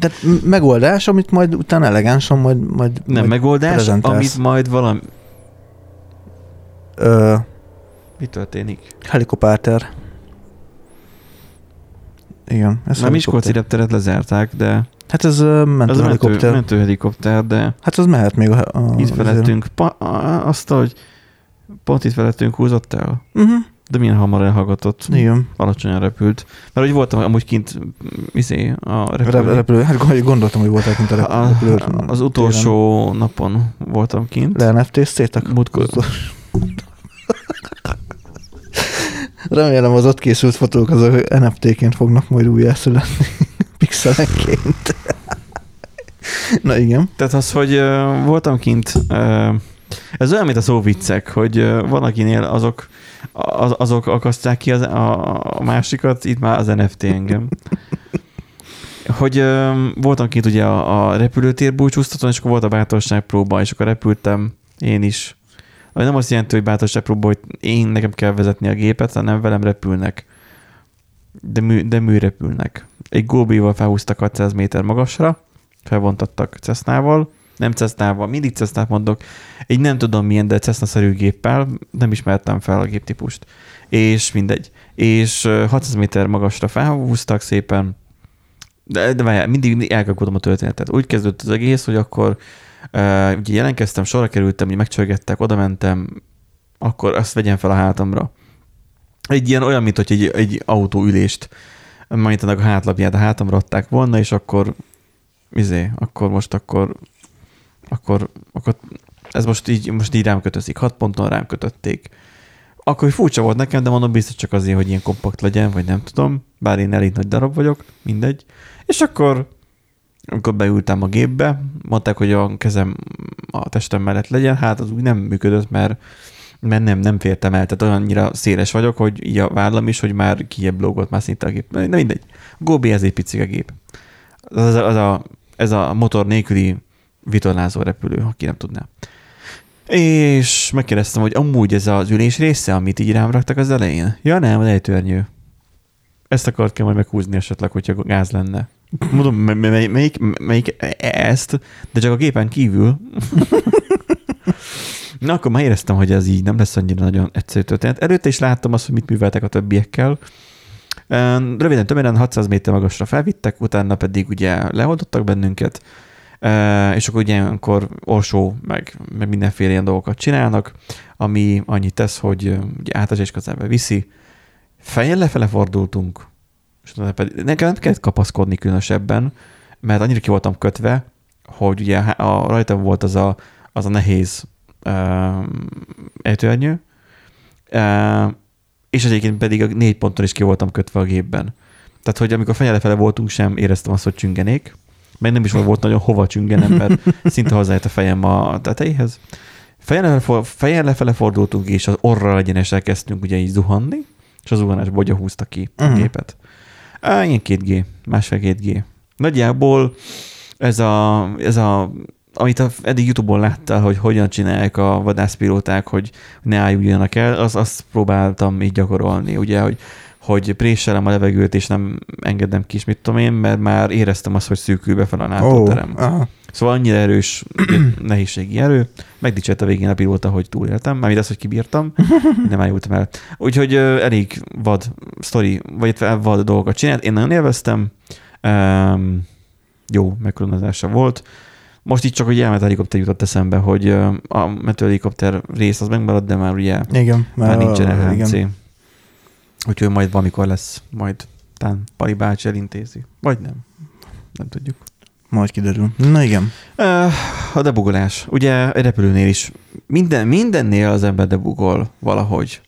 Tehát megoldás, amit majd utána elegánsan majd nem megoldás, amit majd valami... Mi történik? Helikopter. Igen. A Miskolci repteret lezárták, de... Hát ez mentőhelikopter. Mentőhelikopter, de... Hát az mehet még itt felettünk, azt, hogy pont itt felettünk húzott el. De milyen hamar elhallgatott. Igen. Alacsonyan repült. Mert úgy voltam amúgy kint a repülő. Hát gondoltam, hogy voltál kint a repülő. Az utolsó napon voltam kint. Le-NFT-ztétek? Múltkor. Remélem az ott készült fotók azok NFT-ként fognak majd újjászületni. Pixelenként. Na igen. Tehát az, hogy voltam kint, ez olyan, mint a szóviccek, hogy van akinél azok akasztják ki a másikat, itt már az NFT engem. Hogy voltam kint ugye a repülőtér búcsúztatón, és akkor volt a bátorságpróba, és akkor repültem én is. Nem azt jelenti, hogy bátorságpróba, hogy nekem kell vezetni a gépet, hanem velem repülnek. De műrepülnek. Egy Gobival felhúztak 600 méter magasra, felvontattak Cessnával, nem Cessnával, mindig Cessnát mondok, egy nem tudom milyen, de Cessna-szerű géppel, nem ismertem fel a géptípust, és mindegy. És 600 méter magasra felhúztak szépen, de várjál, mindig elkapkodom a történetet. Úgy kezdődött az egész, hogy akkor ugye jelentkeztem, sorra kerültem, hogy megcsörgettek, oda mentem, akkor azt vegyen fel a hátamra. Egy ilyen olyan, mint hogy egy autóülést manítanak a hátlapját, a hátamra adták volna, és akkor ez most így rám kötözik. 6 ponton rám kötötték. Akkor furcsa volt nekem, de mondom, biztos csak azért, hogy ilyen kompakt legyen, vagy nem tudom, bár én elég nagy darab vagyok, mindegy. És akkor beültem a gépbe, mondták, hogy a kezem a testem mellett legyen, hát az úgy nem működött, mert nem fértem el, tehát olyannyira széles vagyok, hogy így a vállam is, hogy már kijebb lógott már szinte a gép. De mindegy. Gobi ez egy picike gép. Ez a motor nélküli vitorlázó repülő, aki nem tudná. És megkérdeztem, hogy amúgy ez az ülés része, amit így rám raktak az elején. Ja nem, az ejtőernyő. Ezt kell majd meghúzni esetleg, hogyha gáz lenne. Mondom, melyik ezt, de csak a gépen kívül. Na, akkor már éreztem, hogy ez így nem lesz annyira nagyon egyszerű történet. Előtte is láttam azt, hogy mit műveltek a többiekkel. Röviden tömören 600 méter magasra felvittek, utána pedig ugye leoldottak bennünket, és akkor ugye akkor orsó, meg mindenféle ilyen dolgokat csinálnak, ami annyit tesz, hogy ugye átesés közelbe viszi. Fejjel lefele fordultunk, és pedig nekem nem kellett kapaszkodni különösebben, mert annyira ki voltam kötve, hogy ugye rajtam volt az a nehéz ejtőernyő, és egyébként pedig a 4 ponton is ki voltam kötve a gépben. Tehát, hogy amikor fejjel lefele voltunk, sem éreztem azt, hogy csüngenék, mert nem is volt nagyon hova csüngenem, mert szinte hozzájött a fejem a tetejéhez. Fejjel lefele fordultunk, és az orral egyenesen kezdtünk ugye így zuhanni, és az zuhanásból ugye húzta ki a gépet. Ilyen 2G, 1,5-2G. Nagyjából ez a amit eddig YouTube-on láttál, hogy hogyan csinálják a vadászpilóták, hogy ne ájuljanak el, azt próbáltam így gyakorolni, ugye, hogy préselem a levegőt, és nem engedem ki, mit tudom én, mert már éreztem azt, hogy szűkül befelé a NATO-terem. Szóval annyira erős nehézségi erő. Megdicsért a végén a pilóta, hogy túléltem, mármint az, hogy kibírtam, nem ájultam el. Úgyhogy elég vad sztori, vagy vad dolgokat csinált. Én nagyon élveztem. Jó megkoronázása volt. Most itt csak, hogy elmentőhelikopter jutott eszembe, hogy a mentőhelikopter rész az megmaradt, de már ugye igen, már nincsen LHC. Úgyhogy majd valamikor lesz, majd talán Pali bácsi elintézi. Vagy nem. Nem tudjuk. Majd kiderül. Na igen. A debugolás. Ugye egy repülőnél is mindennél az ember debugol valahogy.